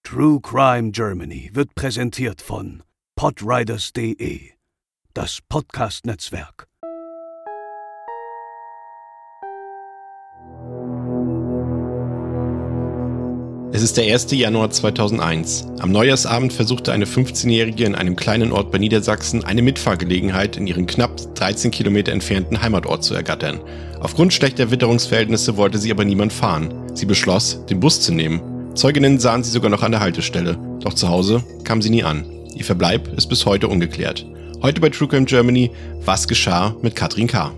True Crime Germany wird präsentiert von podriders.de, das Podcast-Netzwerk. Es ist der 1. Januar 2001. Am Neujahrsabend versuchte eine 15-Jährige in einem kleinen Ort bei Niedersachsen eine Mitfahrgelegenheit in ihren knapp 13 Kilometer entfernten Heimatort zu ergattern. Aufgrund schlechter Witterungsverhältnisse wollte sie aber niemand fahren. Sie beschloss, den Bus zu nehmen. Zeuginnen sahen sie sogar noch an der Haltestelle. Doch zu Hause kam sie nie an. Ihr Verbleib ist bis heute ungeklärt. Heute bei True Crime Germany, was geschah mit Katrin K.?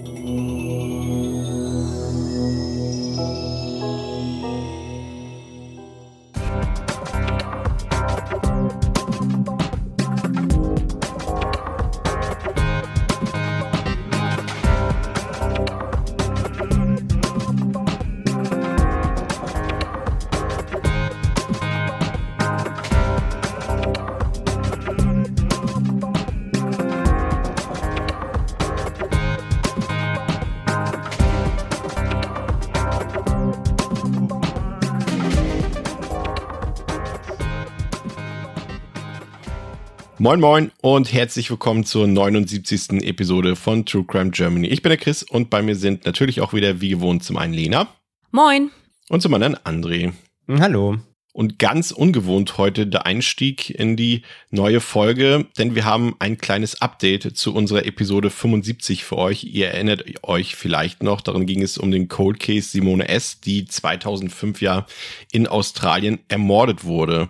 Moin moin und herzlich willkommen zur 79. Episode von True Crime Germany. Ich bin der Chris und bei mir sind natürlich auch wieder wie gewohnt zum einen Lena. Moin. Und zum anderen André. Hallo. Und ganz ungewohnt heute der Einstieg in die neue Folge, denn wir haben ein kleines Update zu unserer Episode 75 für euch. Ihr erinnert euch vielleicht noch, darin ging es um den Cold Case Simone S., die 2005 ja in Australien ermordet wurde.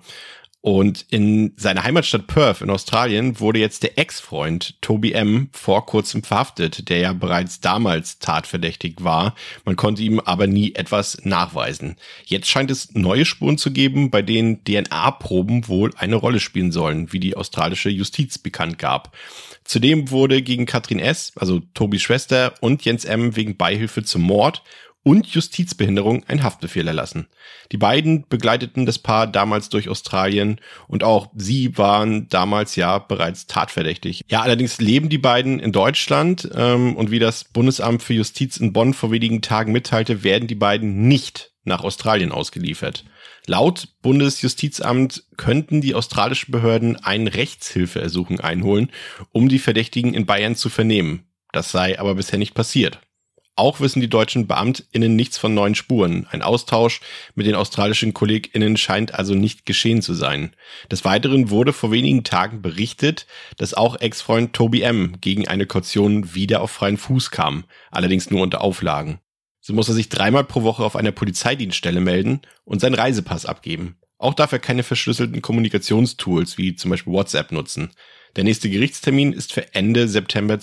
Und in seiner Heimatstadt Perth in Australien wurde jetzt der Ex-Freund Toby M. vor kurzem verhaftet, der ja bereits damals tatverdächtig war. Man konnte ihm aber nie etwas nachweisen. Jetzt scheint es neue Spuren zu geben, bei denen DNA-Proben wohl eine Rolle spielen sollen, wie die australische Justiz bekannt gab. Zudem wurde gegen Katrin S., also Tobys Schwester, und Jens M. wegen Beihilfe zum Mord und Justizbehinderung ein Haftbefehl erlassen. Die beiden begleiteten das Paar damals durch Australien und auch sie waren damals ja bereits tatverdächtig. Ja, allerdings leben die beiden in Deutschland und wie das Bundesamt für Justiz in Bonn vor wenigen Tagen mitteilte, werden die beiden nicht nach Australien ausgeliefert. Laut Bundesjustizamt könnten die australischen Behörden ein Rechtshilfeersuchen einholen, um die Verdächtigen in Bayern zu vernehmen. Das sei aber bisher nicht passiert. Auch wissen die deutschen BeamtInnen nichts von neuen Spuren. Ein Austausch mit den australischen KollegInnen scheint also nicht geschehen zu sein. Des Weiteren wurde vor wenigen Tagen berichtet, dass auch Ex-Freund Toby M. gegen eine Kaution wieder auf freien Fuß kam, allerdings nur unter Auflagen. So muss er sich 3-mal pro Woche auf einer Polizeidienststelle melden und seinen Reisepass abgeben. Auch darf er keine verschlüsselten Kommunikationstools wie zum Beispiel WhatsApp nutzen. Der nächste Gerichtstermin ist für Ende September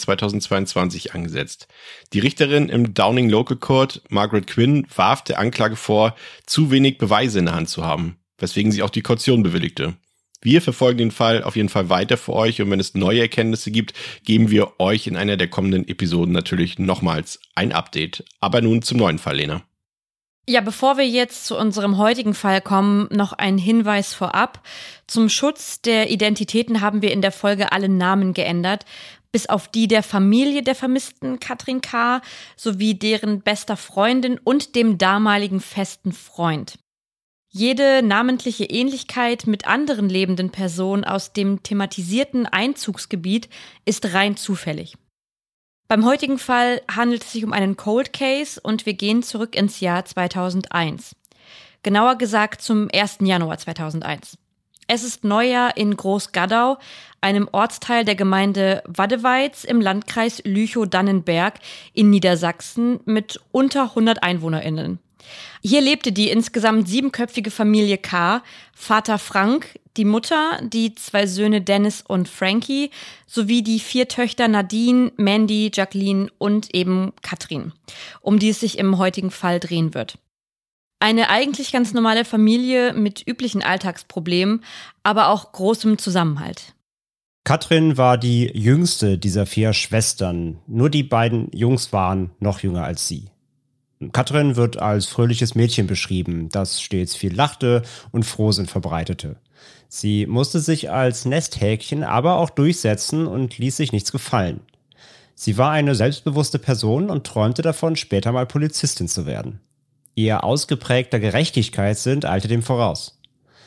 2022 angesetzt. Die Richterin im Downing Local Court, Margaret Quinn, warf der Anklage vor, zu wenig Beweise in der Hand zu haben, weswegen sie auch die Kaution bewilligte. Wir verfolgen den Fall auf jeden Fall weiter für euch und wenn es neue Erkenntnisse gibt, geben wir euch in einer der kommenden Episoden natürlich nochmals ein Update. Aber nun zum neuen Fall, Lena. Ja, bevor wir jetzt zu unserem heutigen Fall kommen, noch ein Hinweis vorab. Zum Schutz der Identitäten haben wir in der Folge alle Namen geändert, bis auf die der Familie der vermissten Katrin K. sowie deren bester Freundin und dem damaligen festen Freund. Jede namentliche Ähnlichkeit mit anderen lebenden Personen aus dem thematisierten Einzugsgebiet ist rein zufällig. Beim heutigen Fall handelt es sich um einen Cold Case und wir gehen zurück ins Jahr 2001. Genauer gesagt zum 1. Januar 2001. Es ist Neujahr in Großgaddau, einem Ortsteil der Gemeinde Waddeweiz im Landkreis Lüchow-Dannenberg in Niedersachsen mit unter 100 EinwohnerInnen. Hier lebte die insgesamt 7-köpfige Familie K., Vater Frank, die Mutter, die 2 Söhne Dennis und Frankie, sowie die 4 Töchter Nadine, Mandy, Jacqueline und eben Katrin, um die es sich im heutigen Fall drehen wird. Eine eigentlich ganz normale Familie mit üblichen Alltagsproblemen, aber auch großem Zusammenhalt. Katrin war die jüngste dieser 4 Schwestern. Nur die beiden Jungs waren noch jünger als sie. Katrin wird als fröhliches Mädchen beschrieben, das stets viel lachte und Frohsinn verbreitete. Sie musste sich als Nesthäkchen aber auch durchsetzen und ließ sich nichts gefallen. Sie war eine selbstbewusste Person und träumte davon, später mal Polizistin zu werden. Ihr ausgeprägter Gerechtigkeitssinn eilte dem voraus.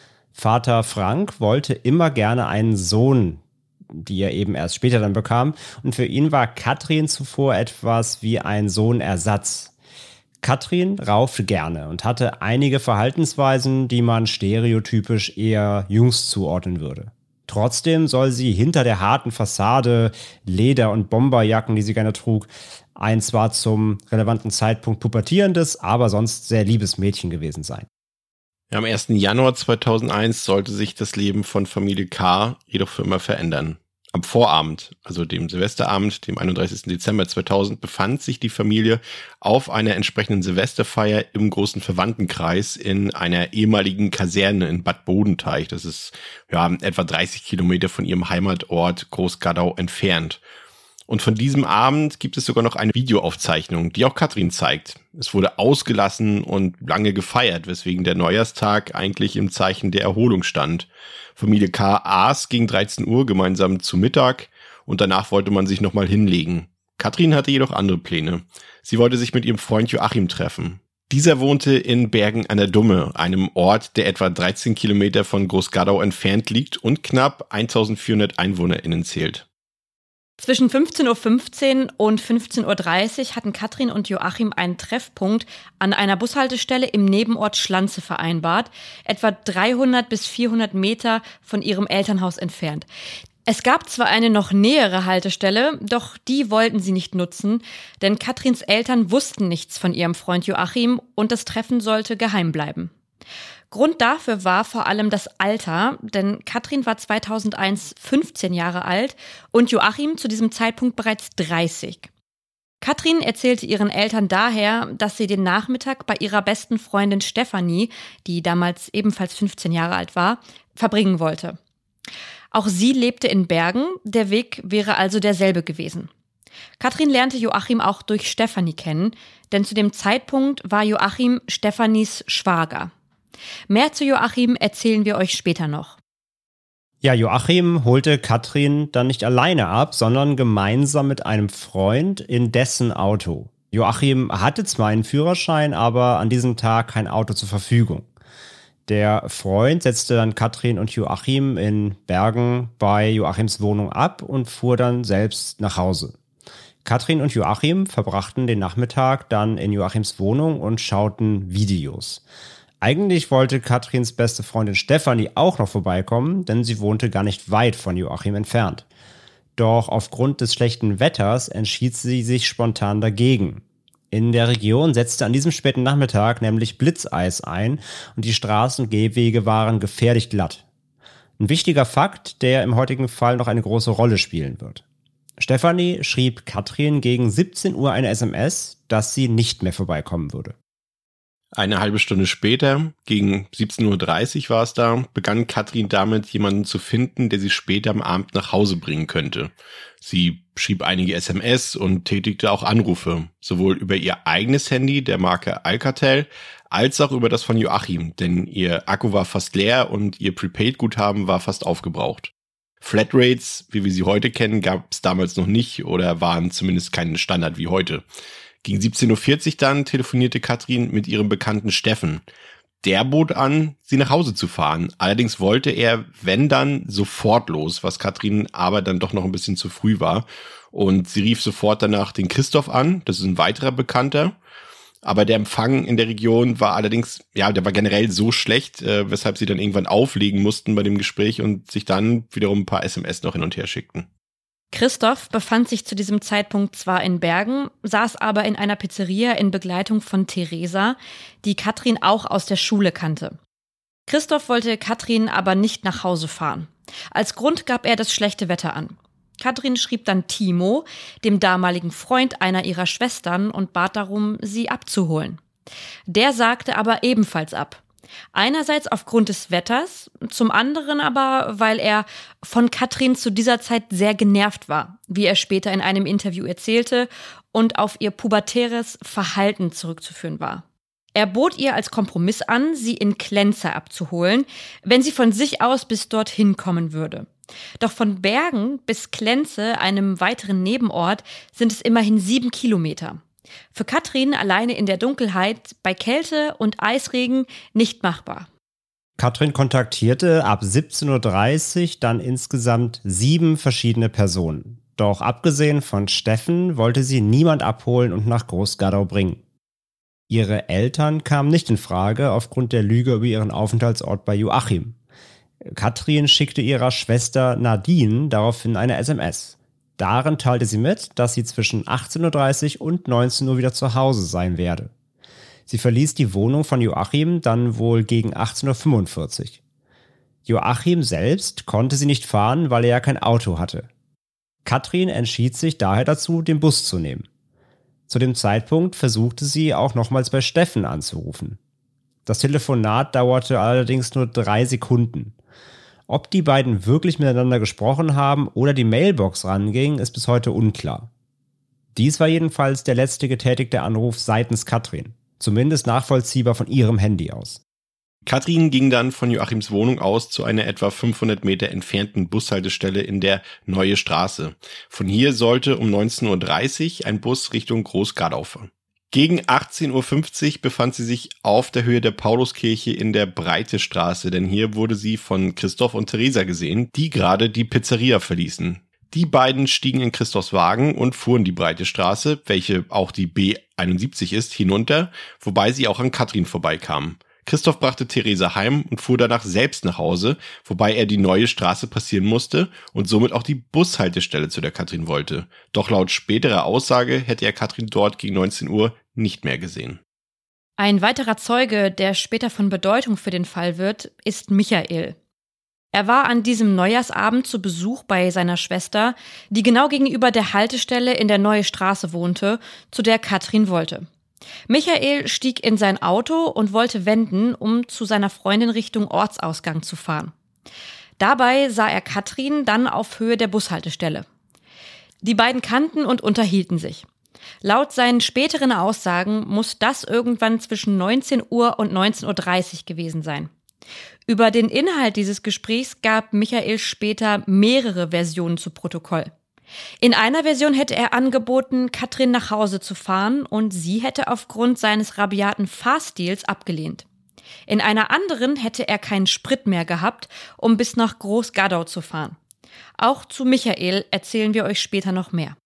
Vater Frank wollte immer gerne einen Sohn, die er eben erst später dann bekam. Und für ihn war Katrin zuvor etwas wie ein Sohnersatz. Katrin raufte gerne und hatte einige Verhaltensweisen, die man stereotypisch eher Jungs zuordnen würde. Trotzdem soll sie hinter der harten Fassade, Leder- und Bomberjacken, die sie gerne trug, ein zwar zum relevanten Zeitpunkt pubertierendes, aber sonst sehr liebes Mädchen gewesen sein. Am 1. Januar 2001 sollte sich das Leben von Familie K. jedoch für immer verändern. Am Vorabend, also dem Silvesterabend, dem 31. Dezember 2000, befand sich die Familie auf einer entsprechenden Silvesterfeier im großen Verwandtenkreis in einer ehemaligen Kaserne in Bad Bodenteich. Das ist etwa 30 Kilometer von ihrem Heimatort Großgadau entfernt. Und von diesem Abend gibt es sogar noch eine Videoaufzeichnung, die auch Katrin zeigt. Es wurde ausgelassen und lange gefeiert, weswegen der Neujahrstag eigentlich im Zeichen der Erholung stand. Familie K. aß gegen 13 Uhr gemeinsam zu Mittag und danach wollte man sich nochmal hinlegen. Katrin hatte jedoch andere Pläne. Sie wollte sich mit ihrem Freund Joachim treffen. Dieser wohnte in Bergen an der Dumme, einem Ort, der etwa 13 Kilometer von Großgadau entfernt liegt und knapp 1400 EinwohnerInnen zählt. Zwischen 15.15 Uhr und 15.30 Uhr hatten Katrin und Joachim einen Treffpunkt an einer Bushaltestelle im Nebenort Schlanze vereinbart, etwa 300 bis 400 Meter von ihrem Elternhaus entfernt. Es gab zwar eine noch nähere Haltestelle, doch die wollten sie nicht nutzen, denn Katrins Eltern wussten nichts von ihrem Freund Joachim und das Treffen sollte geheim bleiben. Grund dafür war vor allem das Alter, denn Katrin war 2001 15 Jahre alt und Joachim zu diesem Zeitpunkt bereits 30. Katrin erzählte ihren Eltern daher, dass sie den Nachmittag bei ihrer besten Freundin Stefanie, die damals ebenfalls 15 Jahre alt war, verbringen wollte. Auch sie lebte in Bergen, der Weg wäre also derselbe gewesen. Katrin lernte Joachim auch durch Stefanie kennen, denn zu dem Zeitpunkt war Joachim Stefanies Schwager. Mehr zu Joachim erzählen wir euch später noch. Ja, Joachim holte Katrin dann nicht alleine ab, sondern gemeinsam mit einem Freund in dessen Auto. Joachim hatte zwar einen Führerschein, aber an diesem Tag kein Auto zur Verfügung. Der Freund setzte dann Katrin und Joachim in Bergen bei Joachims Wohnung ab und fuhr dann selbst nach Hause. Katrin und Joachim verbrachten den Nachmittag dann in Joachims Wohnung und schauten Videos. Eigentlich wollte Katrins beste Freundin Stefanie auch noch vorbeikommen, denn sie wohnte gar nicht weit von Joachim entfernt. Doch aufgrund des schlechten Wetters entschied sie sich spontan dagegen. In der Region setzte an diesem späten Nachmittag nämlich Blitzeis ein und die Straßen und Gehwege waren gefährlich glatt. Ein wichtiger Fakt, der im heutigen Fall noch eine große Rolle spielen wird. Stefanie schrieb Katrin gegen 17 Uhr eine SMS, dass sie nicht mehr vorbeikommen würde. Eine halbe Stunde später, gegen 17.30 Uhr war es da, begann Katrin damit, jemanden zu finden, der sie später am Abend nach Hause bringen könnte. Sie schrieb einige SMS und tätigte auch Anrufe, sowohl über ihr eigenes Handy der Marke Alcatel, als auch über das von Joachim, denn ihr Akku war fast leer und ihr Prepaid-Guthaben war fast aufgebraucht. Flatrates, wie wir sie heute kennen, gab es damals noch nicht oder waren zumindest kein Standard wie heute. Gegen 17.40 Uhr dann telefonierte Katrin mit ihrem Bekannten Steffen. Der bot an, sie nach Hause zu fahren. Allerdings wollte er, wenn dann, sofort los, was Katrin aber dann doch noch ein bisschen zu früh war. Und sie rief sofort danach den Christoph an, das ist ein weiterer Bekannter. Aber der Empfang in der Region war allerdings, der war generell so schlecht, weshalb sie dann irgendwann auflegen mussten bei dem Gespräch und sich dann wiederum ein paar SMS noch hin und her schickten. Christoph befand sich zu diesem Zeitpunkt zwar in Bergen, saß aber in einer Pizzeria in Begleitung von Theresa, die Katrin auch aus der Schule kannte. Christoph wollte Katrin aber nicht nach Hause fahren. Als Grund gab er das schlechte Wetter an. Katrin schrieb dann Timo, dem damaligen Freund einer ihrer Schwestern, und bat darum, sie abzuholen. Der sagte aber ebenfalls ab. Einerseits aufgrund des Wetters, zum anderen aber, weil er von Katrin zu dieser Zeit sehr genervt war, wie er später in einem Interview erzählte, und auf ihr pubertäres Verhalten zurückzuführen war. Er bot ihr als Kompromiss an, sie in Klenze abzuholen, wenn sie von sich aus bis dorthin kommen würde. Doch von Bergen bis Klenze, einem weiteren Nebenort, sind es immerhin 7 Kilometer. Für Katrin alleine in der Dunkelheit, bei Kälte und Eisregen nicht machbar. Katrin kontaktierte ab 17:30 Uhr dann insgesamt 7 verschiedene Personen. Doch abgesehen von Steffen wollte sie niemand abholen und nach Groß-Gaddau bringen. Ihre Eltern kamen nicht in Frage aufgrund der Lüge über ihren Aufenthaltsort bei Joachim. Katrin schickte ihrer Schwester Nadine daraufhin eine SMS. Darin teilte sie mit, dass sie zwischen 18:30 Uhr und 19 Uhr wieder zu Hause sein werde. Sie verließ die Wohnung von Joachim dann wohl gegen 18:45 Uhr. Joachim selbst konnte sie nicht fahren, weil er ja kein Auto hatte. Katrin entschied sich daher dazu, den Bus zu nehmen. Zu dem Zeitpunkt versuchte sie auch nochmals bei Steffen anzurufen. Das Telefonat dauerte allerdings nur 3 Sekunden. Ob die beiden wirklich miteinander gesprochen haben oder die Mailbox ranging, ist bis heute unklar. Dies war jedenfalls der letzte getätigte Anruf seitens Katrin. Zumindest nachvollziehbar von ihrem Handy aus. Katrin ging dann von Joachims Wohnung aus zu einer etwa 500 Meter entfernten Bushaltestelle in der Neue Straße. Von hier sollte um 19:30 Uhr ein Bus Richtung Groß-Gaddau fahren. Gegen 18:50 Uhr befand sie sich auf der Höhe der Pauluskirche in der Breite Straße, denn hier wurde sie von Christoph und Theresa gesehen, die gerade die Pizzeria verließen. Die beiden stiegen in Christophs Wagen und fuhren die Breite Straße, welche auch die B71 ist, hinunter, wobei sie auch an Katrin vorbeikamen. Christoph brachte Theresa heim und fuhr danach selbst nach Hause, wobei er die Neue Straße passieren musste und somit auch die Bushaltestelle, zu der Katrin wollte. Doch laut späterer Aussage hätte er Katrin dort gegen 19 Uhr nicht mehr gesehen. Ein weiterer Zeuge, der später von Bedeutung für den Fall wird, ist Michael. Er war an diesem Neujahrsabend zu Besuch bei seiner Schwester, die genau gegenüber der Haltestelle in der Neue Straße wohnte, zu der Katrin wollte. Michael stieg in sein Auto und wollte wenden, um zu seiner Freundin Richtung Ortsausgang zu fahren. Dabei sah er Katrin dann auf Höhe der Bushaltestelle. Die beiden kannten und unterhielten sich. Laut seinen späteren Aussagen muss das irgendwann zwischen 19 Uhr und 19:30 Uhr gewesen sein. Über den Inhalt dieses Gesprächs gab Michael später mehrere Versionen zu Protokoll. In einer Version hätte er angeboten, Katrin nach Hause zu fahren, und sie hätte aufgrund seines rabiaten Fahrstils abgelehnt. In einer anderen hätte er keinen Sprit mehr gehabt, um bis nach Groß-Gaddau zu fahren. Auch zu Michael erzählen wir euch später noch mehr.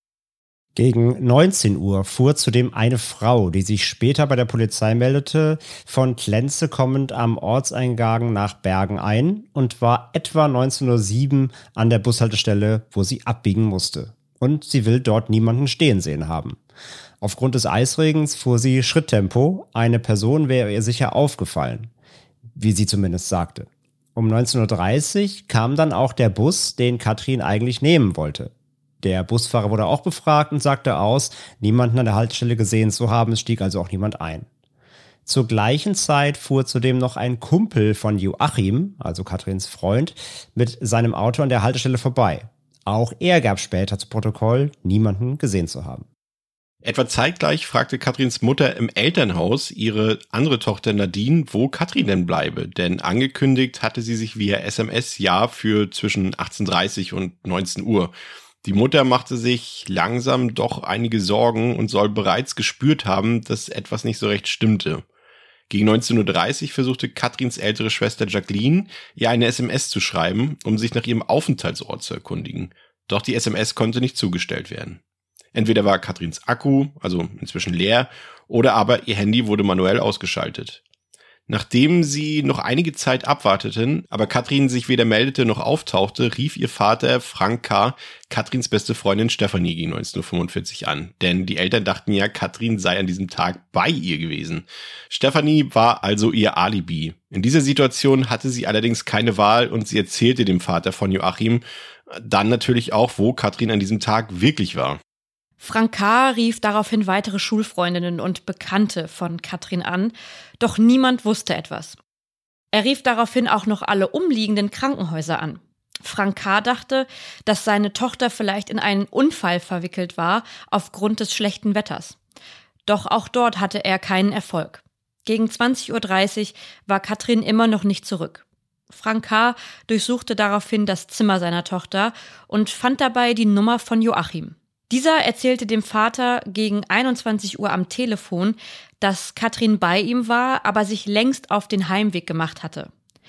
Gegen 19 Uhr fuhr zudem eine Frau, die sich später bei der Polizei meldete, von Tlenze kommend am Ortseingang nach Bergen ein und war etwa 19:07 Uhr an der Bushaltestelle, wo sie abbiegen musste. Und sie will dort niemanden stehen sehen haben. Aufgrund des Eisregens fuhr sie Schritttempo, eine Person wäre ihr sicher aufgefallen, wie sie zumindest sagte. Um 19:30 Uhr kam dann auch der Bus, den Katrin eigentlich nehmen wollte. Der Busfahrer wurde auch befragt und sagte aus, niemanden an der Haltestelle gesehen zu haben, es stieg also auch niemand ein. Zur gleichen Zeit fuhr zudem noch ein Kumpel von Joachim, also Katrins Freund, mit seinem Auto an der Haltestelle vorbei. Auch er gab später zu Protokoll, niemanden gesehen zu haben. Etwa zeitgleich fragte Katrins Mutter im Elternhaus ihre andere Tochter Nadine, wo Katrin denn bleibe, denn angekündigt hatte sie sich via SMS ja für zwischen 18:30 und 19 Uhr. Die Mutter machte sich langsam doch einige Sorgen und soll bereits gespürt haben, dass etwas nicht so recht stimmte. Gegen 19:30 Uhr versuchte Katrins ältere Schwester Jacqueline, ihr eine SMS zu schreiben, um sich nach ihrem Aufenthaltsort zu erkundigen. Doch die SMS konnte nicht zugestellt werden. Entweder war Katrins Akku, also inzwischen leer, oder aber ihr Handy wurde manuell ausgeschaltet. Nachdem sie noch einige Zeit abwarteten, aber Katrin sich weder meldete noch auftauchte, rief ihr Vater Frank K. Katrins beste Freundin Stefanie gegen 19:45 Uhr an. Denn die Eltern dachten ja, Katrin sei an diesem Tag bei ihr gewesen. Stefanie war also ihr Alibi. In dieser Situation hatte sie allerdings keine Wahl und sie erzählte dem Vater von Joachim dann natürlich auch, wo Katrin an diesem Tag wirklich war. Frank K. rief daraufhin weitere Schulfreundinnen und Bekannte von Katrin an, doch niemand wusste etwas. Er rief daraufhin auch noch alle umliegenden Krankenhäuser an. Frank K. dachte, dass seine Tochter vielleicht in einen Unfall verwickelt war aufgrund des schlechten Wetters. Doch auch dort hatte er keinen Erfolg. Gegen 20:30 Uhr war Katrin immer noch nicht zurück. Frank K. durchsuchte daraufhin das Zimmer seiner Tochter und fand dabei die Nummer von Joachim. Dieser erzählte dem Vater gegen 21 Uhr am Telefon, dass Katrin bei ihm war, aber sich längst auf den Heimweg gemacht hatte.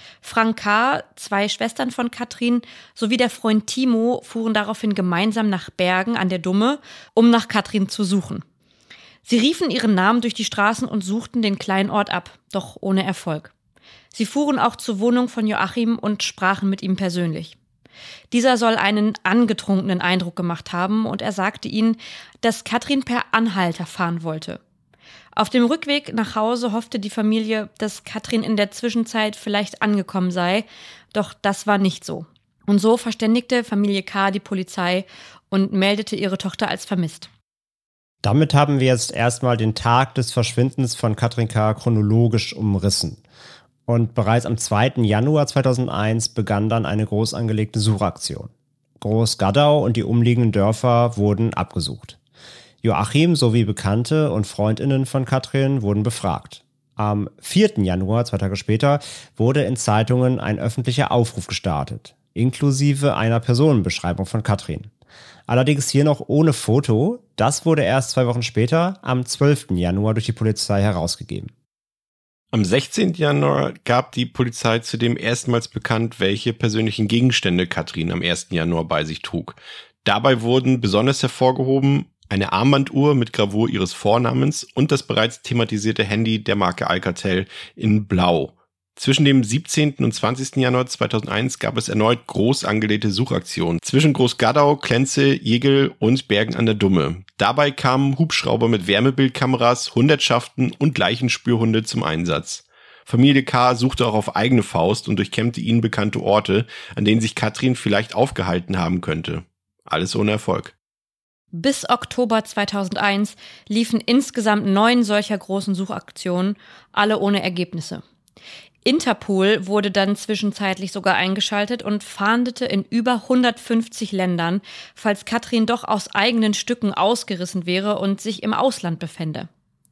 Frank K., 2 Schwestern von Katrin sowie der Freund Timo fuhren daraufhin gemeinsam nach Bergen an der Dumme, um nach Katrin zu suchen. Sie riefen ihren Namen durch die Straßen und suchten den kleinen Ort ab, doch ohne Erfolg. Sie fuhren auch zur Wohnung von Joachim und sprachen mit ihm persönlich. Dieser soll einen angetrunkenen Eindruck gemacht haben und er sagte ihnen, dass Katrin per Anhalter fahren wollte. Auf dem Rückweg nach Hause hoffte die Familie, dass Katrin in der Zwischenzeit vielleicht angekommen sei, doch das war nicht so. Und so verständigte Familie K. die Polizei und meldete ihre Tochter als vermisst. Damit haben wir jetzt erstmal den Tag des Verschwindens von Katrin K. chronologisch umrissen. Und bereits am 2. Januar 2001 begann dann eine groß angelegte Suchaktion. Groß-Gaddau und die umliegenden Dörfer wurden abgesucht. Joachim sowie Bekannte und FreundInnen von Katrin wurden befragt. Am 4. Januar, 2 Tage später, wurde in Zeitungen ein öffentlicher Aufruf gestartet, inklusive einer Personenbeschreibung von Katrin. Allerdings hier noch ohne Foto. Das wurde erst 2 Wochen später, am 12. Januar, durch die Polizei herausgegeben. Am 16. Januar gab die Polizei zudem erstmals bekannt, welche persönlichen Gegenstände Katrin am 1. Januar bei sich trug. Dabei wurden besonders hervorgehoben eine Armbanduhr mit Gravur ihres Vornamens und das bereits thematisierte Handy der Marke Alcatel in Blau. Zwischen dem 17. und 20. Januar 2001 gab es erneut groß angelegte Suchaktionen zwischen Groß-Gaddau, Klenze, Jegel und Bergen an der Dumme. Dabei kamen Hubschrauber mit Wärmebildkameras, Hundertschaften und Leichenspürhunde zum Einsatz. Familie K. suchte auch auf eigene Faust und durchkämmte ihnen bekannte Orte, an denen sich Katrin vielleicht aufgehalten haben könnte. Alles ohne Erfolg. Bis Oktober 2001 liefen insgesamt 9 solcher großen Suchaktionen, alle ohne Ergebnisse. Interpol wurde dann zwischenzeitlich sogar eingeschaltet und fahndete in über 150 Ländern, falls Katrin doch aus eigenen Stücken ausgerissen wäre und sich im Ausland befände.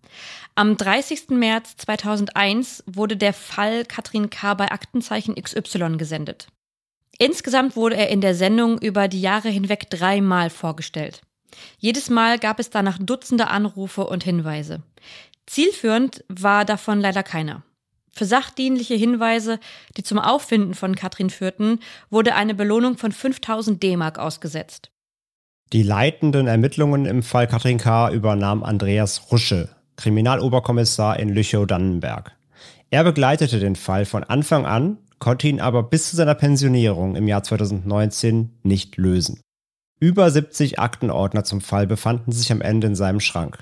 Am 30. März 2001 wurde der Fall Katrin K. bei Aktenzeichen XY gesendet. Insgesamt wurde er in der Sendung über die Jahre hinweg 3-mal vorgestellt. Jedes Mal gab es danach Dutzende Anrufe und Hinweise. Zielführend war davon leider keiner. Für sachdienliche Hinweise, die zum Auffinden von Katrin führten, wurde eine Belohnung von 5.000 D-Mark ausgesetzt. Die leitenden Ermittlungen im Fall Katrin K. übernahm Andreas Rusche, Kriminaloberkommissar in Lüchow-Dannenberg. Er begleitete den Fall von Anfang an, konnte ihn aber bis zu seiner Pensionierung im Jahr 2019 nicht lösen. Über 70 Aktenordner zum Fall befanden sich am Ende in seinem Schrank.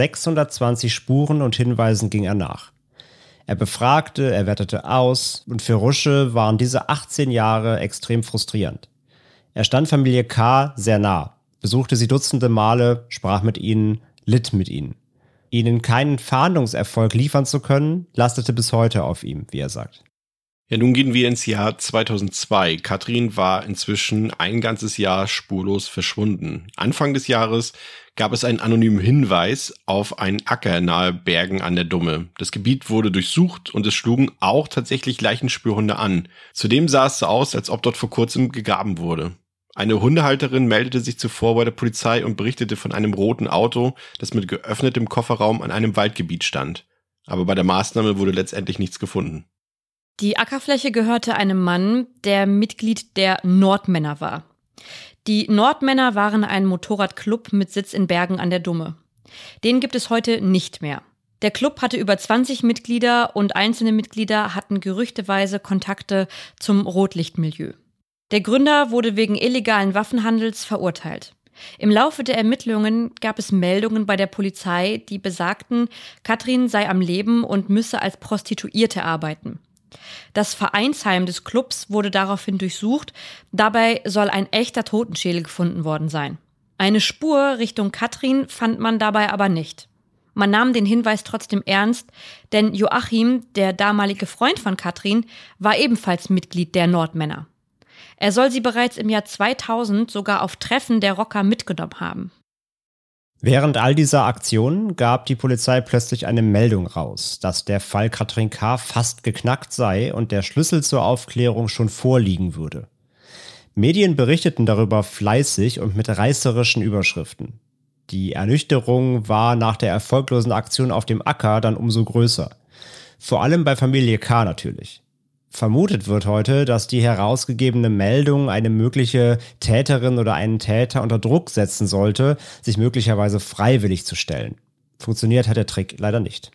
620 Spuren und Hinweisen ging er nach. Er befragte, er wertete aus und für Rusche waren diese 18 Jahre extrem frustrierend. Er stand Familie K. sehr nah, besuchte sie dutzende Male, sprach mit ihnen, litt mit ihnen. Ihnen keinen Fahndungserfolg liefern zu können, lastete bis heute auf ihm, wie er sagt. Ja, nun gehen wir ins Jahr 2002. Katrin war inzwischen ein ganzes Jahr spurlos verschwunden. Anfang des Jahres gab es einen anonymen Hinweis auf einen Acker nahe Bergen an der Dumme. Das Gebiet wurde durchsucht und es schlugen auch tatsächlich Leichenspürhunde an. Zudem sah es so aus, als ob dort vor kurzem gegraben wurde. Eine Hundehalterin meldete sich zuvor bei der Polizei und berichtete von einem roten Auto, das mit geöffnetem Kofferraum an einem Waldgebiet stand. Aber bei der Maßnahme wurde letztendlich nichts gefunden. Die Ackerfläche gehörte einem Mann, der Mitglied der Nordmänner war. Die Nordmänner waren ein Motorradclub mit Sitz in Bergen an der Dumme. Den gibt es heute nicht mehr. Der Club hatte über 20 Mitglieder und einzelne Mitglieder hatten gerüchteweise Kontakte zum Rotlichtmilieu. Der Gründer wurde wegen illegalen Waffenhandels verurteilt. Im Laufe der Ermittlungen gab es Meldungen bei der Polizei, die besagten, Katrin sei am Leben und müsse als Prostituierte arbeiten. Das Vereinsheim des Clubs wurde daraufhin durchsucht. Dabei soll ein echter Totenschädel gefunden worden sein. Eine Spur Richtung Katrin fand man dabei aber nicht. Man nahm den Hinweis trotzdem ernst, denn Joachim, der damalige Freund von Katrin, war ebenfalls Mitglied der Nordmänner. Er soll sie bereits im Jahr 2000 sogar auf Treffen der Rocker mitgenommen haben. Während all dieser Aktionen gab die Polizei plötzlich eine Meldung raus, dass der Fall Katrin K. fast geknackt sei und der Schlüssel zur Aufklärung schon vorliegen würde. Medien berichteten darüber fleißig und mit reißerischen Überschriften. Die Ernüchterung war nach der erfolglosen Aktion auf dem Acker dann umso größer. Vor allem bei Familie K. natürlich. Vermutet wird heute, dass die herausgegebene Meldung eine mögliche Täterin oder einen Täter unter Druck setzen sollte, sich möglicherweise freiwillig zu stellen. Funktioniert hat der Trick leider nicht.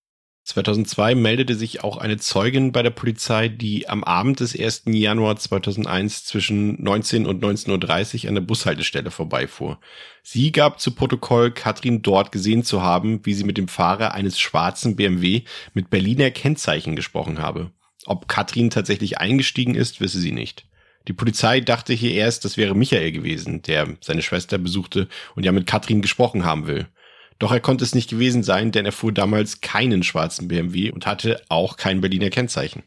2002 meldete sich auch eine Zeugin bei der Polizei, die am Abend des 1. Januar 2001 zwischen 19 und 19.30 Uhr an der Bushaltestelle vorbeifuhr. Sie gab zu Protokoll, Katrin dort gesehen zu haben, wie sie mit dem Fahrer eines schwarzen BMW mit Berliner Kennzeichen gesprochen habe. Ob Katrin tatsächlich eingestiegen ist, wisse sie nicht. Die Polizei dachte hier erst, das wäre Michael gewesen, der seine Schwester besuchte und ja mit Katrin gesprochen haben will. Doch er konnte es nicht gewesen sein, denn er fuhr damals keinen schwarzen BMW und hatte auch kein Berliner Kennzeichen.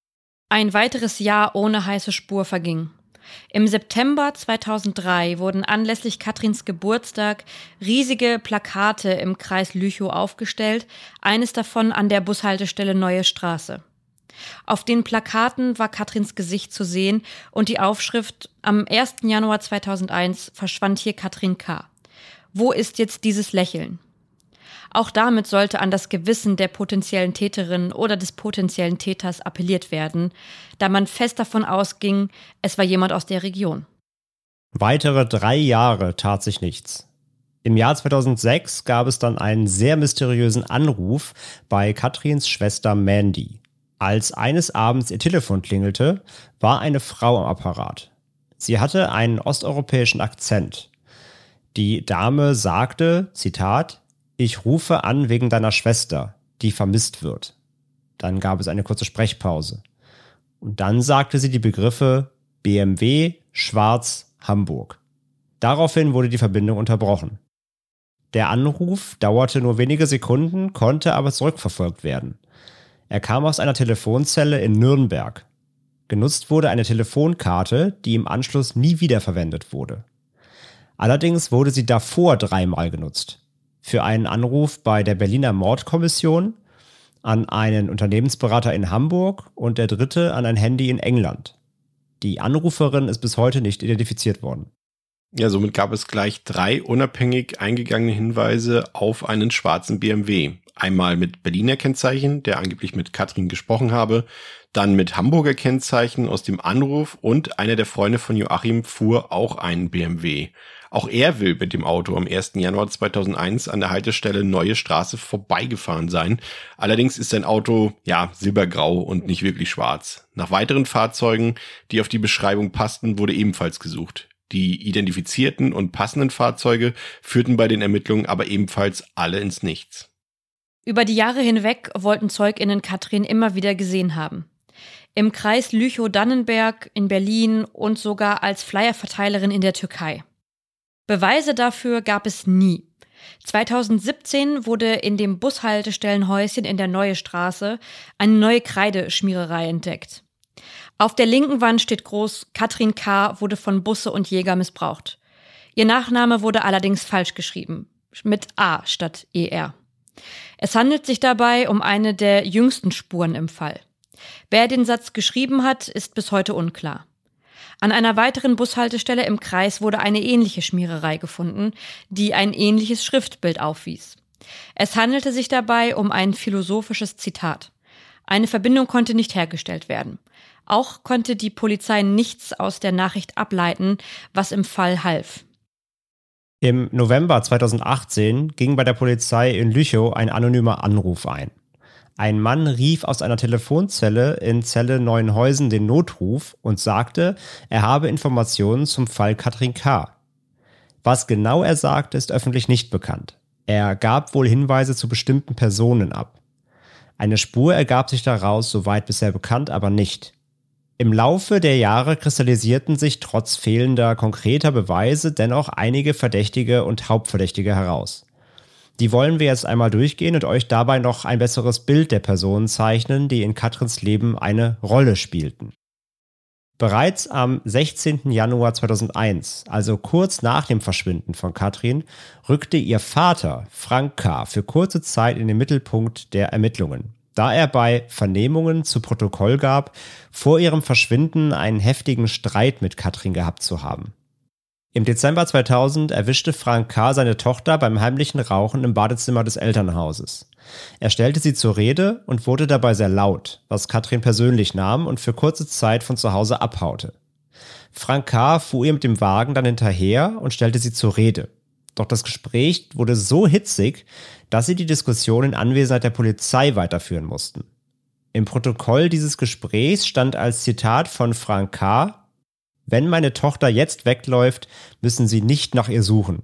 Ein weiteres Jahr ohne heiße Spur verging. Im September 2003 wurden anlässlich Katrins Geburtstag riesige Plakate im Kreis Lüchow aufgestellt, eines davon an der Bushaltestelle Neue Straße. Auf den Plakaten war Katrins Gesicht zu sehen und die Aufschrift: Am 1. Januar 2001 verschwand hier Katrin K. Wo ist jetzt dieses Lächeln? Auch damit sollte an das Gewissen der potenziellen Täterin oder des potenziellen Täters appelliert werden, da man fest davon ausging, es war jemand aus der Region. Weitere 3 Jahre tat sich nichts. Im Jahr 2006 gab es dann einen sehr mysteriösen Anruf bei Katrins Schwester Mandy. Als eines Abends ihr Telefon klingelte, war eine Frau am Apparat. Sie hatte einen osteuropäischen Akzent. Die Dame sagte, Zitat, ich rufe an wegen deiner Schwester, die vermisst wird. Dann gab es eine kurze Sprechpause. Und dann sagte sie die Begriffe BMW, Schwarz, Hamburg. Daraufhin wurde die Verbindung unterbrochen. Der Anruf dauerte nur wenige Sekunden, konnte aber zurückverfolgt werden. Er kam aus einer Telefonzelle in Nürnberg. Genutzt wurde eine Telefonkarte, die im Anschluss nie wieder verwendet wurde. Allerdings wurde sie davor 3-mal genutzt. Für einen Anruf bei der Berliner Mordkommission, an einen Unternehmensberater in Hamburg und der dritte an ein Handy in England. Die Anruferin ist bis heute nicht identifiziert worden. Ja, somit gab es gleich 3 unabhängig eingegangene Hinweise auf einen schwarzen BMW. Einmal mit Berliner Kennzeichen, der angeblich mit Katrin gesprochen habe, dann mit Hamburger Kennzeichen aus dem Anruf und einer der Freunde von Joachim fuhr auch einen BMW. Auch er will mit dem Auto am 1. Januar 2001 an der Haltestelle Neue Straße vorbeigefahren sein. Allerdings ist sein Auto, silbergrau und nicht wirklich schwarz. Nach weiteren Fahrzeugen, die auf die Beschreibung passten, wurde ebenfalls gesucht. Die identifizierten und passenden Fahrzeuge führten bei den Ermittlungen aber ebenfalls alle ins Nichts. Über die Jahre hinweg wollten ZeugInnen Katrin immer wieder gesehen haben. Im Kreis Lüchow-Dannenberg, in Berlin und sogar als Flyerverteilerin in der Türkei. Beweise dafür gab es nie. 2017 wurde in dem Bushaltestellenhäuschen in der Neue Straße eine neue Kreideschmiererei entdeckt. Auf der linken Wand steht groß: Katrin K. wurde von Busse und Jäger missbraucht. Ihr Nachname wurde allerdings falsch geschrieben, mit A statt ER. Es handelt sich dabei um eine der jüngsten Spuren im Fall. Wer den Satz geschrieben hat, ist bis heute unklar. An einer weiteren Bushaltestelle im Kreis wurde eine ähnliche Schmiererei gefunden, die ein ähnliches Schriftbild aufwies. Es handelte sich dabei um ein philosophisches Zitat. Eine Verbindung konnte nicht hergestellt werden. Auch konnte die Polizei nichts aus der Nachricht ableiten, was im Fall half. Im November 2018 ging bei der Polizei in Lüchow ein anonymer Anruf ein. Ein Mann rief aus einer Telefonzelle in Zelle Neuenhäusen den Notruf und sagte, er habe Informationen zum Fall Katrin K. Was genau er sagte, ist öffentlich nicht bekannt. Er gab wohl Hinweise zu bestimmten Personen ab. Eine Spur ergab sich daraus, soweit bisher bekannt, aber nicht. Im Laufe der Jahre kristallisierten sich trotz fehlender konkreter Beweise dennoch einige Verdächtige und Hauptverdächtige heraus. Die wollen wir jetzt einmal durchgehen und euch dabei noch ein besseres Bild der Personen zeichnen, die in Katrins Leben eine Rolle spielten. Bereits am 16. Januar 2001, also kurz nach dem Verschwinden von Katrin, rückte ihr Vater, Frank K., für kurze Zeit in den Mittelpunkt der Ermittlungen, da er bei Vernehmungen zu Protokoll gab, vor ihrem Verschwinden einen heftigen Streit mit Katrin gehabt zu haben. Im Dezember 2000 erwischte Frank K. seine Tochter beim heimlichen Rauchen im Badezimmer des Elternhauses. Er stellte sie zur Rede und wurde dabei sehr laut, was Katrin persönlich nahm und für kurze Zeit von zu Hause abhaute. Frank K. fuhr ihr mit dem Wagen dann hinterher und stellte sie zur Rede. Doch das Gespräch wurde so hitzig, dass sie die Diskussion in Anwesenheit der Polizei weiterführen mussten. Im Protokoll dieses Gesprächs stand als Zitat von Frank K.: „Wenn meine Tochter jetzt wegläuft, müssen Sie nicht nach ihr suchen."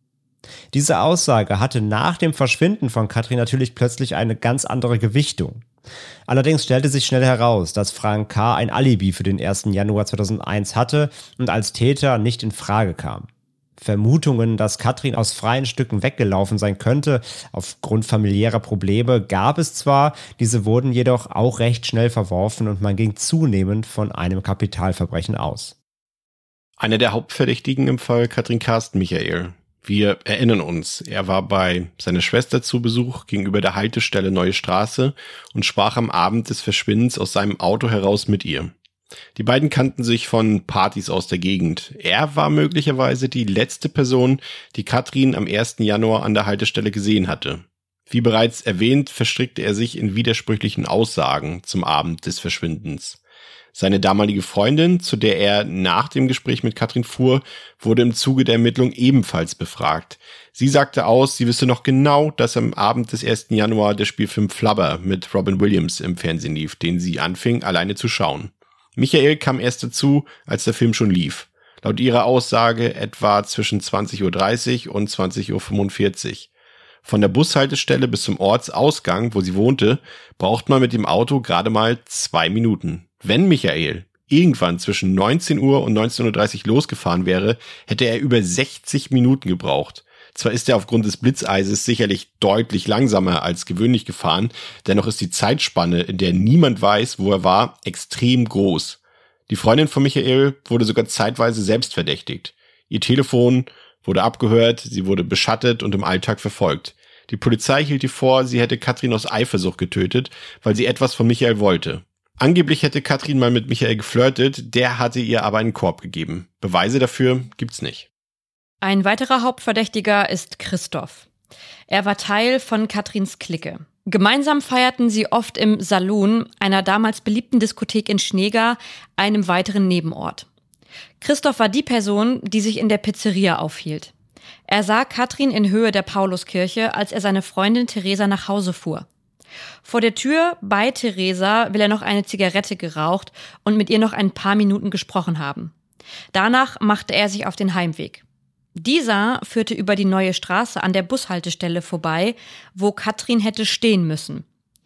Diese Aussage hatte nach dem Verschwinden von Katrin natürlich plötzlich eine ganz andere Gewichtung. Allerdings stellte sich schnell heraus, dass Frank K. ein Alibi für den 1. Januar 2001 hatte und als Täter nicht in Frage kam. Vermutungen, dass Katrin aus freien Stücken weggelaufen sein könnte, aufgrund familiärer Probleme, gab es zwar, diese wurden jedoch auch recht schnell verworfen und man ging zunehmend von einem Kapitalverbrechen aus. Einer der Hauptverdächtigen im Fall Katrin Karsten Michael. Wir erinnern uns, er war bei seiner Schwester zu Besuch gegenüber der Haltestelle Neue Straße und sprach am Abend des Verschwindens aus seinem Auto heraus mit ihr. Die beiden kannten sich von Partys aus der Gegend. Er war möglicherweise die letzte Person, die Katrin am 1. Januar an der Haltestelle gesehen hatte. Wie bereits erwähnt, verstrickte er sich in widersprüchlichen Aussagen zum Abend des Verschwindens. Seine damalige Freundin, zu der er nach dem Gespräch mit Katrin fuhr, wurde im Zuge der Ermittlung ebenfalls befragt. Sie sagte aus, sie wisse noch genau, dass am Abend des 1. Januar der Spielfilm Flubber mit Robin Williams im Fernsehen lief, den sie anfing, alleine zu schauen. Michael kam erst dazu, als der Film schon lief. Laut ihrer Aussage etwa zwischen 20:30 Uhr und 20:45 Uhr. Von der Bushaltestelle bis zum Ortsausgang, wo sie wohnte, braucht man mit dem Auto gerade mal 2 Minuten. Wenn Michael irgendwann zwischen 19 Uhr und 19:30 Uhr losgefahren wäre, hätte er über 60 Minuten gebraucht. Zwar ist er aufgrund des Blitzeises sicherlich deutlich langsamer als gewöhnlich gefahren, dennoch ist die Zeitspanne, in der niemand weiß, wo er war, extrem groß. Die Freundin von Michael wurde sogar zeitweise selbst verdächtigt. Ihr Telefon wurde abgehört, sie wurde beschattet und im Alltag verfolgt. Die Polizei hielt ihr vor, sie hätte Katrin aus Eifersucht getötet, weil sie etwas von Michael wollte. Angeblich hätte Katrin mal mit Michael geflirtet, der hatte ihr aber einen Korb gegeben. Beweise dafür gibt's nicht. Ein weiterer Hauptverdächtiger ist Christoph. Er war Teil von Katrins Clique. Gemeinsam feierten sie oft im Saloon, einer damals beliebten Diskothek in Schnega, einem weiteren Nebenort. Christoph war die Person, die sich in der Pizzeria aufhielt. Er sah Katrin in Höhe der Pauluskirche, als er seine Freundin Theresa nach Hause fuhr. Vor der Tür bei Theresa will er noch eine Zigarette geraucht und mit ihr noch ein paar Minuten gesprochen haben. Danach machte er sich auf den Heimweg. Dieser führte über die Neue Straße an der Bushaltestelle vorbei, wo Katrin hätte stehen müssen.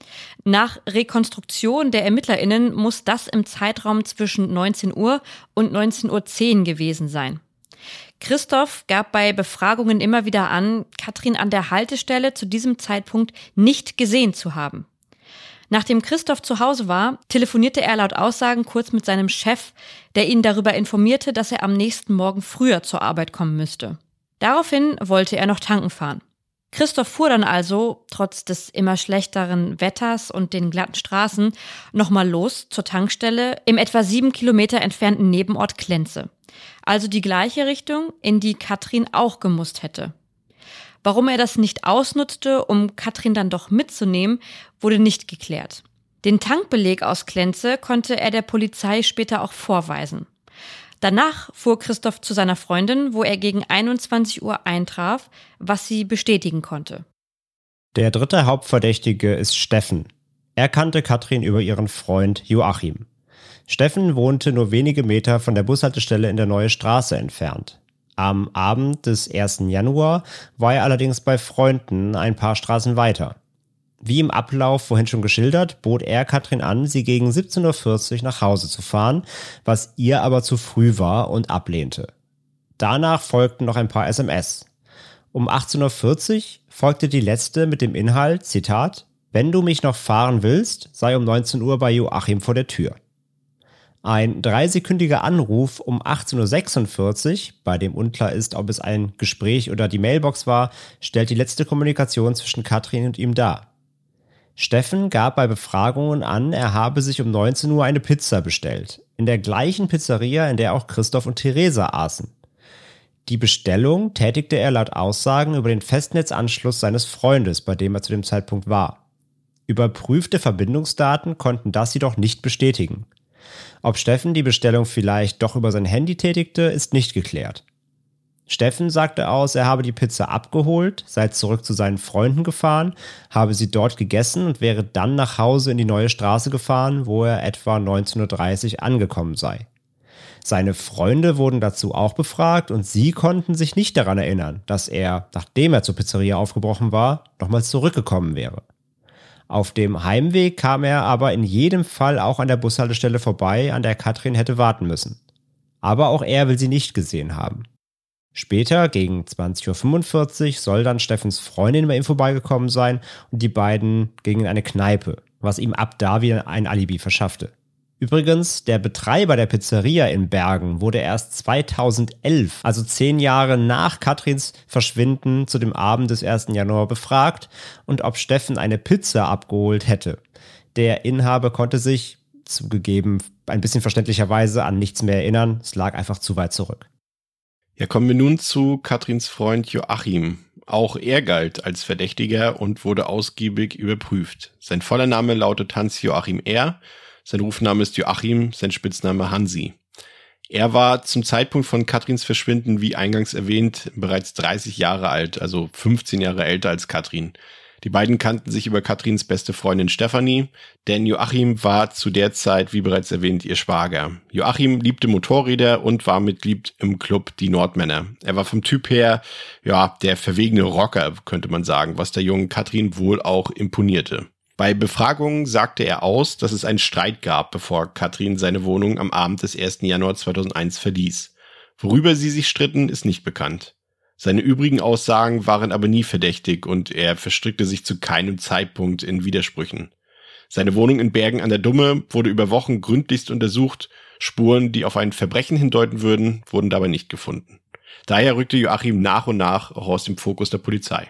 Nach Rekonstruktion der ErmittlerInnen muss das im Zeitraum zwischen 19 Uhr und 19:10 Uhr gewesen sein. Christoph gab bei Befragungen immer wieder an, Katrin an der Haltestelle zu diesem Zeitpunkt nicht gesehen zu haben. Nachdem Christoph zu Hause war, telefonierte er laut Aussagen kurz mit seinem Chef, der ihn darüber informierte, dass er am nächsten Morgen früher zur Arbeit kommen müsste. Daraufhin wollte er noch tanken fahren. Christoph fuhr dann also, trotz des immer schlechteren Wetters und den glatten Straßen, nochmal los zur Tankstelle im etwa 7 Kilometer entfernten Nebenort Klenze. Also die gleiche Richtung, in die Katrin auch gemusst hätte. Warum er das nicht ausnutzte, um Katrin dann doch mitzunehmen, wurde nicht geklärt. Den Tankbeleg aus Klenze konnte er der Polizei später auch vorweisen. Danach fuhr Christoph zu seiner Freundin, wo er gegen 21 Uhr eintraf, was sie bestätigen konnte. Der dritte Hauptverdächtige ist Steffen. Er kannte Katrin über ihren Freund Joachim. Steffen wohnte nur wenige Meter von der Bushaltestelle in der Neue Straße entfernt. Am Abend des 1. Januar war er allerdings bei Freunden ein paar Straßen weiter. Wie im Ablauf vorhin schon geschildert, bot er Katrin an, sie gegen 17:40 Uhr nach Hause zu fahren, was ihr aber zu früh war und ablehnte. Danach folgten noch ein paar SMS. Um 18:40 Uhr folgte die letzte mit dem Inhalt, Zitat, „Wenn du mich noch fahren willst, sei um 19 Uhr bei Joachim vor der Tür." Ein 3-sekündiger Anruf um 18:46 Uhr, bei dem unklar ist, ob es ein Gespräch oder die Mailbox war, stellt die letzte Kommunikation zwischen Katrin und ihm dar. Steffen gab bei Befragungen an, er habe sich um 19 Uhr eine Pizza bestellt, in der gleichen Pizzeria, in der auch Christoph und Theresa aßen. Die Bestellung tätigte er laut Aussagen über den Festnetzanschluss seines Freundes, bei dem er zu dem Zeitpunkt war. Überprüfte Verbindungsdaten konnten das jedoch nicht bestätigen. Ob Steffen die Bestellung vielleicht doch über sein Handy tätigte, ist nicht geklärt. Steffen sagte aus, er habe die Pizza abgeholt, sei zurück zu seinen Freunden gefahren, habe sie dort gegessen und wäre dann nach Hause in die neue Straße gefahren, wo er etwa 19:30 Uhr angekommen sei. Seine Freunde wurden dazu auch befragt und sie konnten sich nicht daran erinnern, dass er, nachdem er zur Pizzeria aufgebrochen war, nochmals zurückgekommen wäre. Auf dem Heimweg kam er aber in jedem Fall auch an der Bushaltestelle vorbei, an der Katrin hätte warten müssen. Aber auch er will sie nicht gesehen haben. Später, gegen 20:45 Uhr, soll dann Steffens Freundin bei ihm vorbeigekommen sein und die beiden gingen in eine Kneipe, was ihm ab da wieder ein Alibi verschaffte. Übrigens, der Betreiber der Pizzeria in Bergen wurde erst 2011, also 10 Jahre nach Katrins Verschwinden, zu dem Abend des 1. Januar befragt und ob Steffen eine Pizza abgeholt hätte. Der Inhaber konnte sich, zugegeben ein bisschen verständlicherweise, an nichts mehr erinnern. Es lag einfach zu weit zurück. Ja, kommen wir nun zu Katrins Freund Joachim. Auch er galt als Verdächtiger und wurde ausgiebig überprüft. Sein voller Name lautet Hans-Joachim R., sein Rufname ist Joachim, sein Spitzname Hansi. Er war zum Zeitpunkt von Katrins Verschwinden, wie eingangs erwähnt, bereits 30 Jahre alt, also 15 Jahre älter als Katrin. Die beiden kannten sich über Katrins beste Freundin Stefanie, denn Joachim war zu der Zeit, wie bereits erwähnt, ihr Schwager. Joachim liebte Motorräder und war Mitglied im Club Die Nordmänner. Er war vom Typ her, ja, der verwegene Rocker, könnte man sagen, was der jungen Katrin wohl auch imponierte. Bei Befragungen sagte er aus, dass es einen Streit gab, bevor Katrin seine Wohnung am Abend des 1. Januar 2001 verließ. Worüber sie sich stritten, ist nicht bekannt. Seine übrigen Aussagen waren aber nie verdächtig und er verstrickte sich zu keinem Zeitpunkt in Widersprüchen. Seine Wohnung in Bergen an der Dumme wurde über Wochen gründlichst untersucht. Spuren, die auf ein Verbrechen hindeuten würden, wurden dabei nicht gefunden. Daher rückte Joachim nach und nach auch aus dem Fokus der Polizei.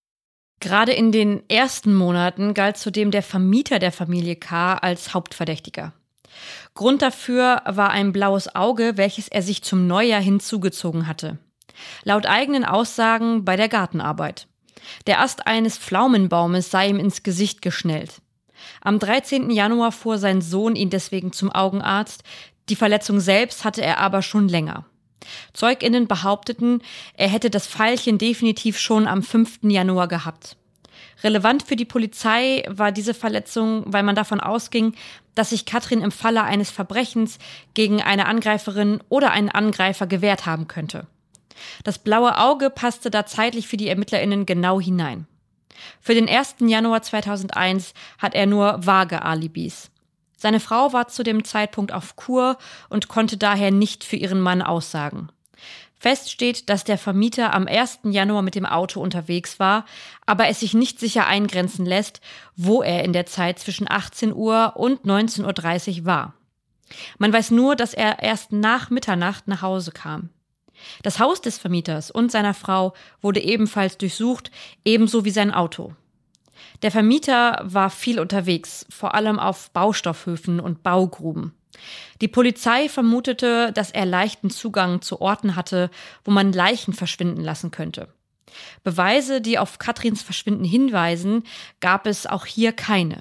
Gerade in den ersten Monaten galt zudem der Vermieter der Familie K. als Hauptverdächtiger. Grund dafür war ein blaues Auge, welches er sich zum Neujahr hinzugezogen hatte. Laut eigenen Aussagen bei der Gartenarbeit. Der Ast eines Pflaumenbaumes sei ihm ins Gesicht geschnellt. Am 13. Januar fuhr sein Sohn ihn deswegen zum Augenarzt. Die Verletzung selbst hatte er aber schon länger. ZeugInnen behaupteten, er hätte das Pfeilchen definitiv schon am 5. Januar gehabt. Relevant für die Polizei war diese Verletzung, weil man davon ausging, dass sich Katrin im Falle eines Verbrechens gegen eine Angreiferin oder einen Angreifer gewehrt haben könnte. Das blaue Auge passte da zeitlich für die ErmittlerInnen genau hinein. Für den 1. Januar 2001 hat er nur vage Alibis. Seine Frau war zu dem Zeitpunkt auf Kur und konnte daher nicht für ihren Mann aussagen. Fest steht, dass der Vermieter am 1. Januar mit dem Auto unterwegs war, aber es sich nicht sicher eingrenzen lässt, wo er in der Zeit zwischen 18 Uhr und 19:30 Uhr war. Man weiß nur, dass er erst nach Mitternacht nach Hause kam. Das Haus des Vermieters und seiner Frau wurde ebenfalls durchsucht, ebenso wie sein Auto. Der Vermieter war viel unterwegs, vor allem auf Baustoffhöfen und Baugruben. Die Polizei vermutete, dass er leichten Zugang zu Orten hatte, wo man Leichen verschwinden lassen könnte. Beweise, die auf Katrins Verschwinden hinweisen, gab es auch hier keine.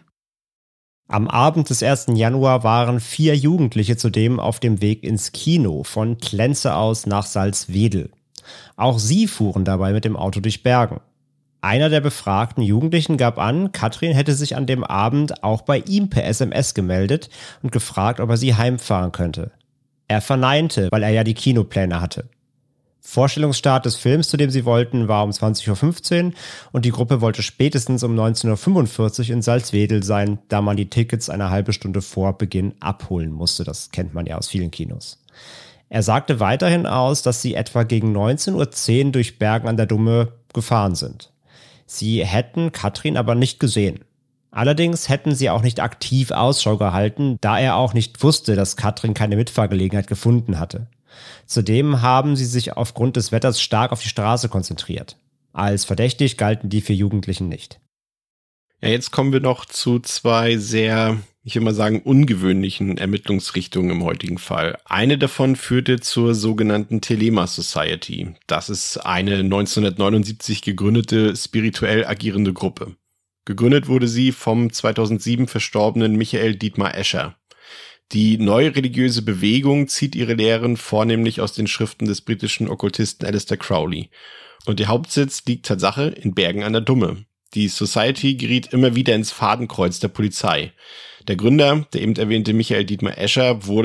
Am Abend des 1. Januar waren 4 Jugendliche zudem auf dem Weg ins Kino von Klenze aus nach Salzwedel. Auch sie fuhren dabei mit dem Auto durch Bergen. Einer der befragten Jugendlichen gab an, Katrin hätte sich an dem Abend auch bei ihm per SMS gemeldet und gefragt, ob er sie heimfahren könnte. Er verneinte, weil er ja die Kinopläne hatte. Vorstellungsstart des Films, zu dem sie wollten, war um 20:15 Uhr und die Gruppe wollte spätestens um 19:45 Uhr in Salzwedel sein, da man die Tickets eine halbe Stunde vor Beginn abholen musste. Das kennt man ja aus vielen Kinos. Er sagte weiterhin aus, dass sie etwa gegen 19:10 Uhr durch Bergen an der Dumme gefahren sind. Sie hätten Katrin aber nicht gesehen. Allerdings hätten sie auch nicht aktiv Ausschau gehalten, da er auch nicht wusste, dass Katrin keine Mitfahrgelegenheit gefunden hatte. Zudem haben sie sich aufgrund des Wetters stark auf die Straße konzentriert. Als verdächtig galten die 4 Jugendlichen nicht. Ja, jetzt kommen wir noch zu 2 sehr ich will mal sagen, ungewöhnlichen Ermittlungsrichtungen im heutigen Fall. Eine davon führte zur sogenannten Thelema Society. Das ist eine 1979 gegründete, spirituell agierende Gruppe. Gegründet wurde sie vom 2007 verstorbenen Michael Dietmar Escher. Die neue religiöse Bewegung zieht ihre Lehren vornehmlich aus den Schriften des britischen Okkultisten Aleister Crowley. Und ihr Hauptsitz liegt Tatsache in Bergen an der Dumme. Die Society geriet immer wieder ins Fadenkreuz der Polizei. Der Gründer, der eben erwähnte Michael Dietmar Escher, wurde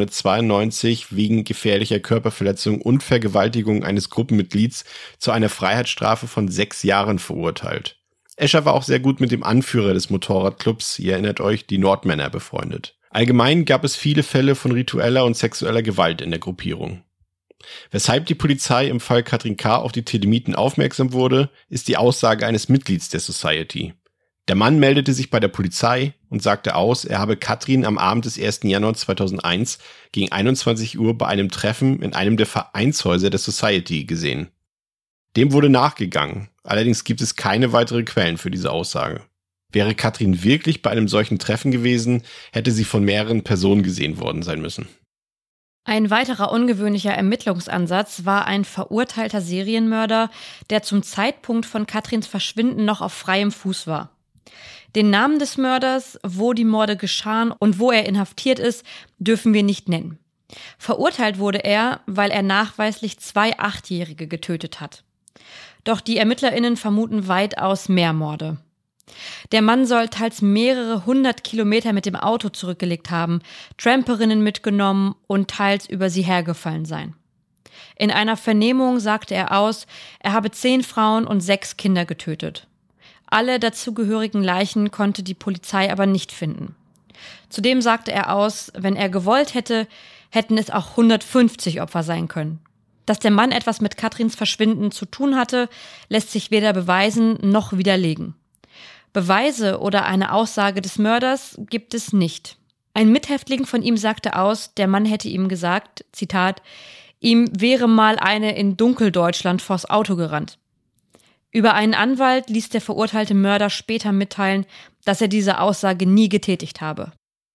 1992 wegen gefährlicher Körperverletzung und Vergewaltigung eines Gruppenmitglieds zu einer Freiheitsstrafe von 6 Jahren verurteilt. Escher war auch sehr gut mit dem Anführer des Motorradclubs, ihr erinnert euch, die Nordmänner, befreundet. Allgemein gab es viele Fälle von ritueller und sexueller Gewalt in der Gruppierung. Weshalb die Polizei im Fall Katrin K. auf die Thelemiten aufmerksam wurde, ist die Aussage eines Mitglieds der Society. Der Mann meldete sich bei der Polizei und sagte aus, er habe Katrin am Abend des 1. Januar 2001 gegen 21 Uhr bei einem Treffen in einem der Vereinshäuser der Society gesehen. Dem wurde nachgegangen, allerdings gibt es keine weiteren Quellen für diese Aussage. Wäre Katrin wirklich bei einem solchen Treffen gewesen, hätte sie von mehreren Personen gesehen worden sein müssen. Ein weiterer ungewöhnlicher Ermittlungsansatz war ein verurteilter Serienmörder, der zum Zeitpunkt von Katrins Verschwinden noch auf freiem Fuß war. Den Namen des Mörders, wo die Morde geschahen und wo er inhaftiert ist, dürfen wir nicht nennen. Verurteilt wurde er, weil er nachweislich 2 Achtjährige getötet hat. Doch die ErmittlerInnen vermuten weitaus mehr Morde. Der Mann soll teils mehrere 100 Kilometer mit dem Auto zurückgelegt haben, Tramperinnen mitgenommen und teils über sie hergefallen sein. In einer Vernehmung sagte er aus, er habe 10 Frauen und 6 Kinder getötet. Alle dazugehörigen Leichen konnte die Polizei aber nicht finden. Zudem sagte er aus, wenn er gewollt hätte, hätten es auch 150 Opfer sein können. Dass der Mann etwas mit Katrins Verschwinden zu tun hatte, lässt sich weder beweisen noch widerlegen. Beweise oder eine Aussage des Mörders gibt es nicht. Ein Mithäftling von ihm sagte aus, der Mann hätte ihm gesagt, Zitat, ihm wäre mal eine in Dunkeldeutschland vors Auto gerannt. Über einen Anwalt ließ der verurteilte Mörder später mitteilen, dass er diese Aussage nie getätigt habe.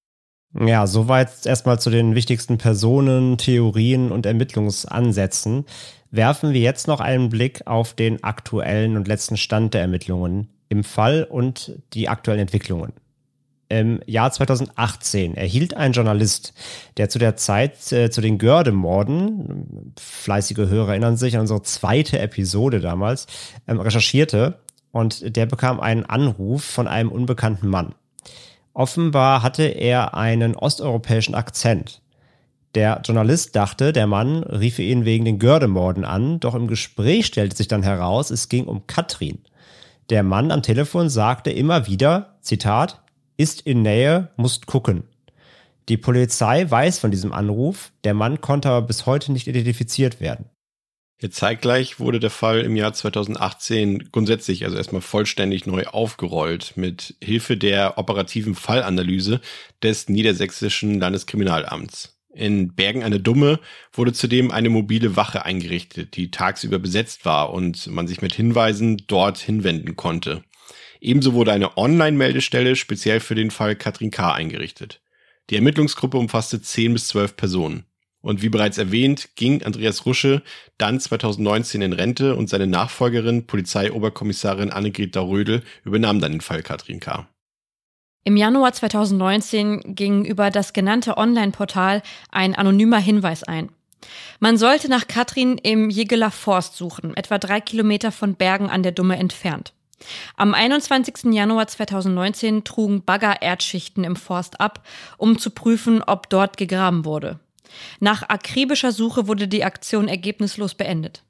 Ja, soweit erstmal zu den wichtigsten Personen, Theorien und Ermittlungsansätzen. Werfen wir jetzt noch einen Blick auf den aktuellen und letzten Stand der Ermittlungen im Fall und die aktuellen Entwicklungen. Im Jahr 2018 erhielt ein Journalist, der zu der Zeit zu den Göhrde-Morden, fleißige Hörer erinnern sich an unsere 2. Episode damals, recherchierte, und der bekam einen Anruf von einem unbekannten Mann. Offenbar hatte er einen osteuropäischen Akzent. Der Journalist dachte, der Mann riefe ihn wegen den Göhrde-Morden an, doch im Gespräch stellte sich dann heraus, es ging um Katrin. Der Mann am Telefon sagte immer wieder, Zitat, ist in Nähe, musst gucken. Die Polizei weiß von diesem Anruf, der Mann konnte aber bis heute nicht identifiziert werden. Jetzt zeitgleich wurde der Fall im Jahr 2018 grundsätzlich, also erstmal vollständig neu aufgerollt, mit Hilfe der operativen Fallanalyse des Niedersächsischen Landeskriminalamts. In Bergen an der Dumme wurde zudem eine mobile Wache eingerichtet, die tagsüber besetzt war und man sich mit Hinweisen dort hinwenden konnte. Ebenso wurde eine Online-Meldestelle speziell für den Fall Katrin K. eingerichtet. Die Ermittlungsgruppe umfasste 10 bis 12 Personen. Und wie bereits erwähnt, ging Andreas Rusche dann 2019 in Rente und seine Nachfolgerin, Polizeioberkommissarin Annegret Rödel, übernahm dann den Fall Katrin K. Im Januar 2019 ging über das genannte Online-Portal ein anonymer Hinweis ein. Man sollte nach Katrin im Jegeler Forst suchen, etwa 3 Kilometer von Bergen an der Dumme entfernt. Am 21. Januar 2019 trugen Bagger Erdschichten im Forst ab, um zu prüfen, ob dort gegraben wurde. Nach akribischer Suche wurde die Aktion ergebnislos beendet.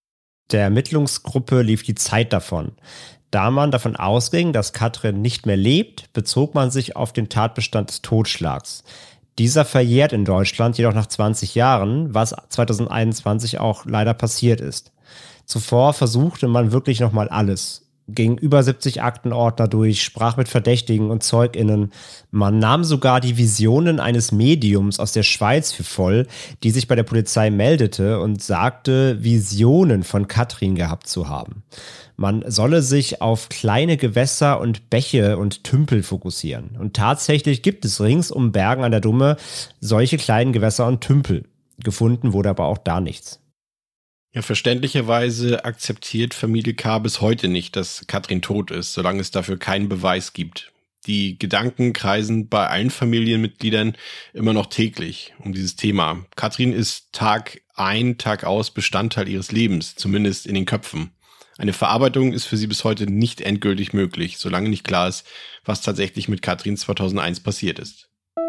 Der Ermittlungsgruppe lief die Zeit davon. Da man davon ausging, dass Katrin nicht mehr lebt, bezog man sich auf den Tatbestand des Totschlags. Dieser verjährt in Deutschland jedoch nach 20 Jahren, was 2021 auch leider passiert ist. Zuvor versuchte man wirklich nochmal alles. ging über 70 Aktenordner durch, sprach mit Verdächtigen und ZeugInnen. Man nahm sogar die Visionen eines Mediums aus der Schweiz für voll, die sich bei der Polizei meldete und sagte, Visionen von Katrin gehabt zu haben. Man solle sich auf kleine Gewässer und Bäche und Tümpel fokussieren. Und tatsächlich gibt es rings um Bergen an der Dumme solche kleinen Gewässer und Tümpel. Gefunden wurde aber auch da nichts. Ja, verständlicherweise akzeptiert Familie K. bis heute nicht, dass Katrin tot ist, solange es dafür keinen Beweis gibt. Die Gedanken kreisen bei allen Familienmitgliedern immer noch täglich um dieses Thema. Katrin ist Tag ein, Tag aus Bestandteil ihres Lebens, zumindest in den Köpfen. Eine Verarbeitung ist für sie bis heute nicht endgültig möglich, solange nicht klar ist, was tatsächlich mit Katrin 2001 passiert ist.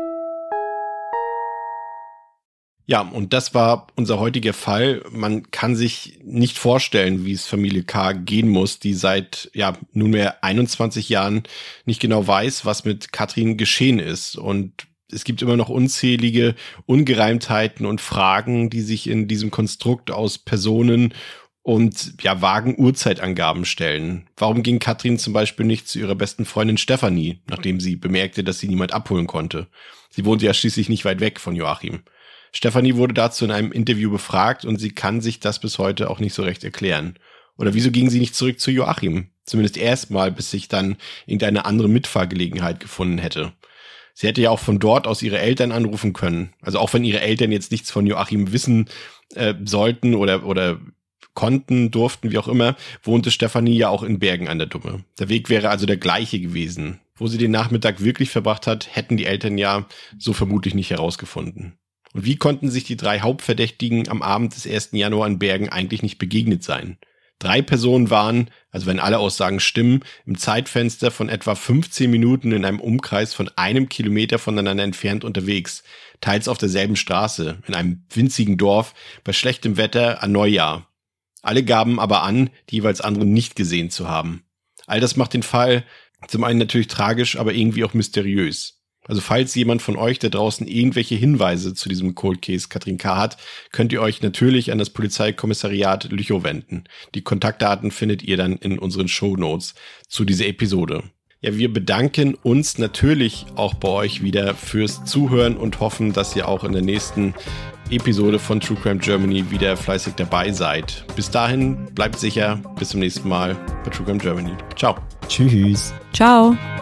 Ja, und das war unser heutiger Fall. Man kann sich nicht vorstellen, wie es Familie K. gehen muss, die seit nunmehr 21 Jahren nicht genau weiß, was mit Katrin geschehen ist. Und es gibt immer noch unzählige Ungereimtheiten und Fragen, die sich in diesem Konstrukt aus Personen und vagen Uhrzeitangaben stellen. Warum ging Katrin zum Beispiel nicht zu ihrer besten Freundin Stefanie, nachdem sie bemerkte, dass sie niemand abholen konnte? Sie wohnte ja schließlich nicht weit weg von Joachim. Stefanie wurde dazu in einem Interview befragt und sie kann sich das bis heute auch nicht so recht erklären. Oder wieso ging sie nicht zurück zu Joachim? Zumindest erstmal, bis sich dann irgendeine andere Mitfahrgelegenheit gefunden hätte. Sie hätte ja auch von dort aus ihre Eltern anrufen können. Also auch wenn ihre Eltern jetzt nichts von Joachim wissen sollten oder konnten, durften, wie auch immer, wohnte Stefanie ja auch in Bergen an der Dumme. Der Weg wäre also der gleiche gewesen. Wo sie den Nachmittag wirklich verbracht hat, hätten die Eltern ja so vermutlich nicht herausgefunden. Und wie konnten sich die 3 Hauptverdächtigen am Abend des 1. Januar in Bergen eigentlich nicht begegnet sein? 3 Personen waren, also wenn alle Aussagen stimmen, im Zeitfenster von etwa 15 Minuten in einem Umkreis von 1 Kilometer voneinander entfernt unterwegs, teils auf derselben Straße, in einem winzigen Dorf, bei schlechtem Wetter an Neujahr. Alle gaben aber an, die jeweils anderen nicht gesehen zu haben. All das macht den Fall zum einen natürlich tragisch, aber irgendwie auch mysteriös. Also falls jemand von euch da draußen irgendwelche Hinweise zu diesem Cold Case Katrin K. hat, könnt ihr euch natürlich an das Polizeikommissariat Lüchow wenden. Die Kontaktdaten findet ihr dann in unseren Shownotes zu dieser Episode. Ja, wir bedanken uns natürlich auch bei euch wieder fürs Zuhören und hoffen, dass ihr auch in der nächsten Episode von True Crime Germany wieder fleißig dabei seid. Bis dahin, bleibt sicher. Bis zum nächsten Mal bei True Crime Germany. Ciao. Tschüss. Ciao.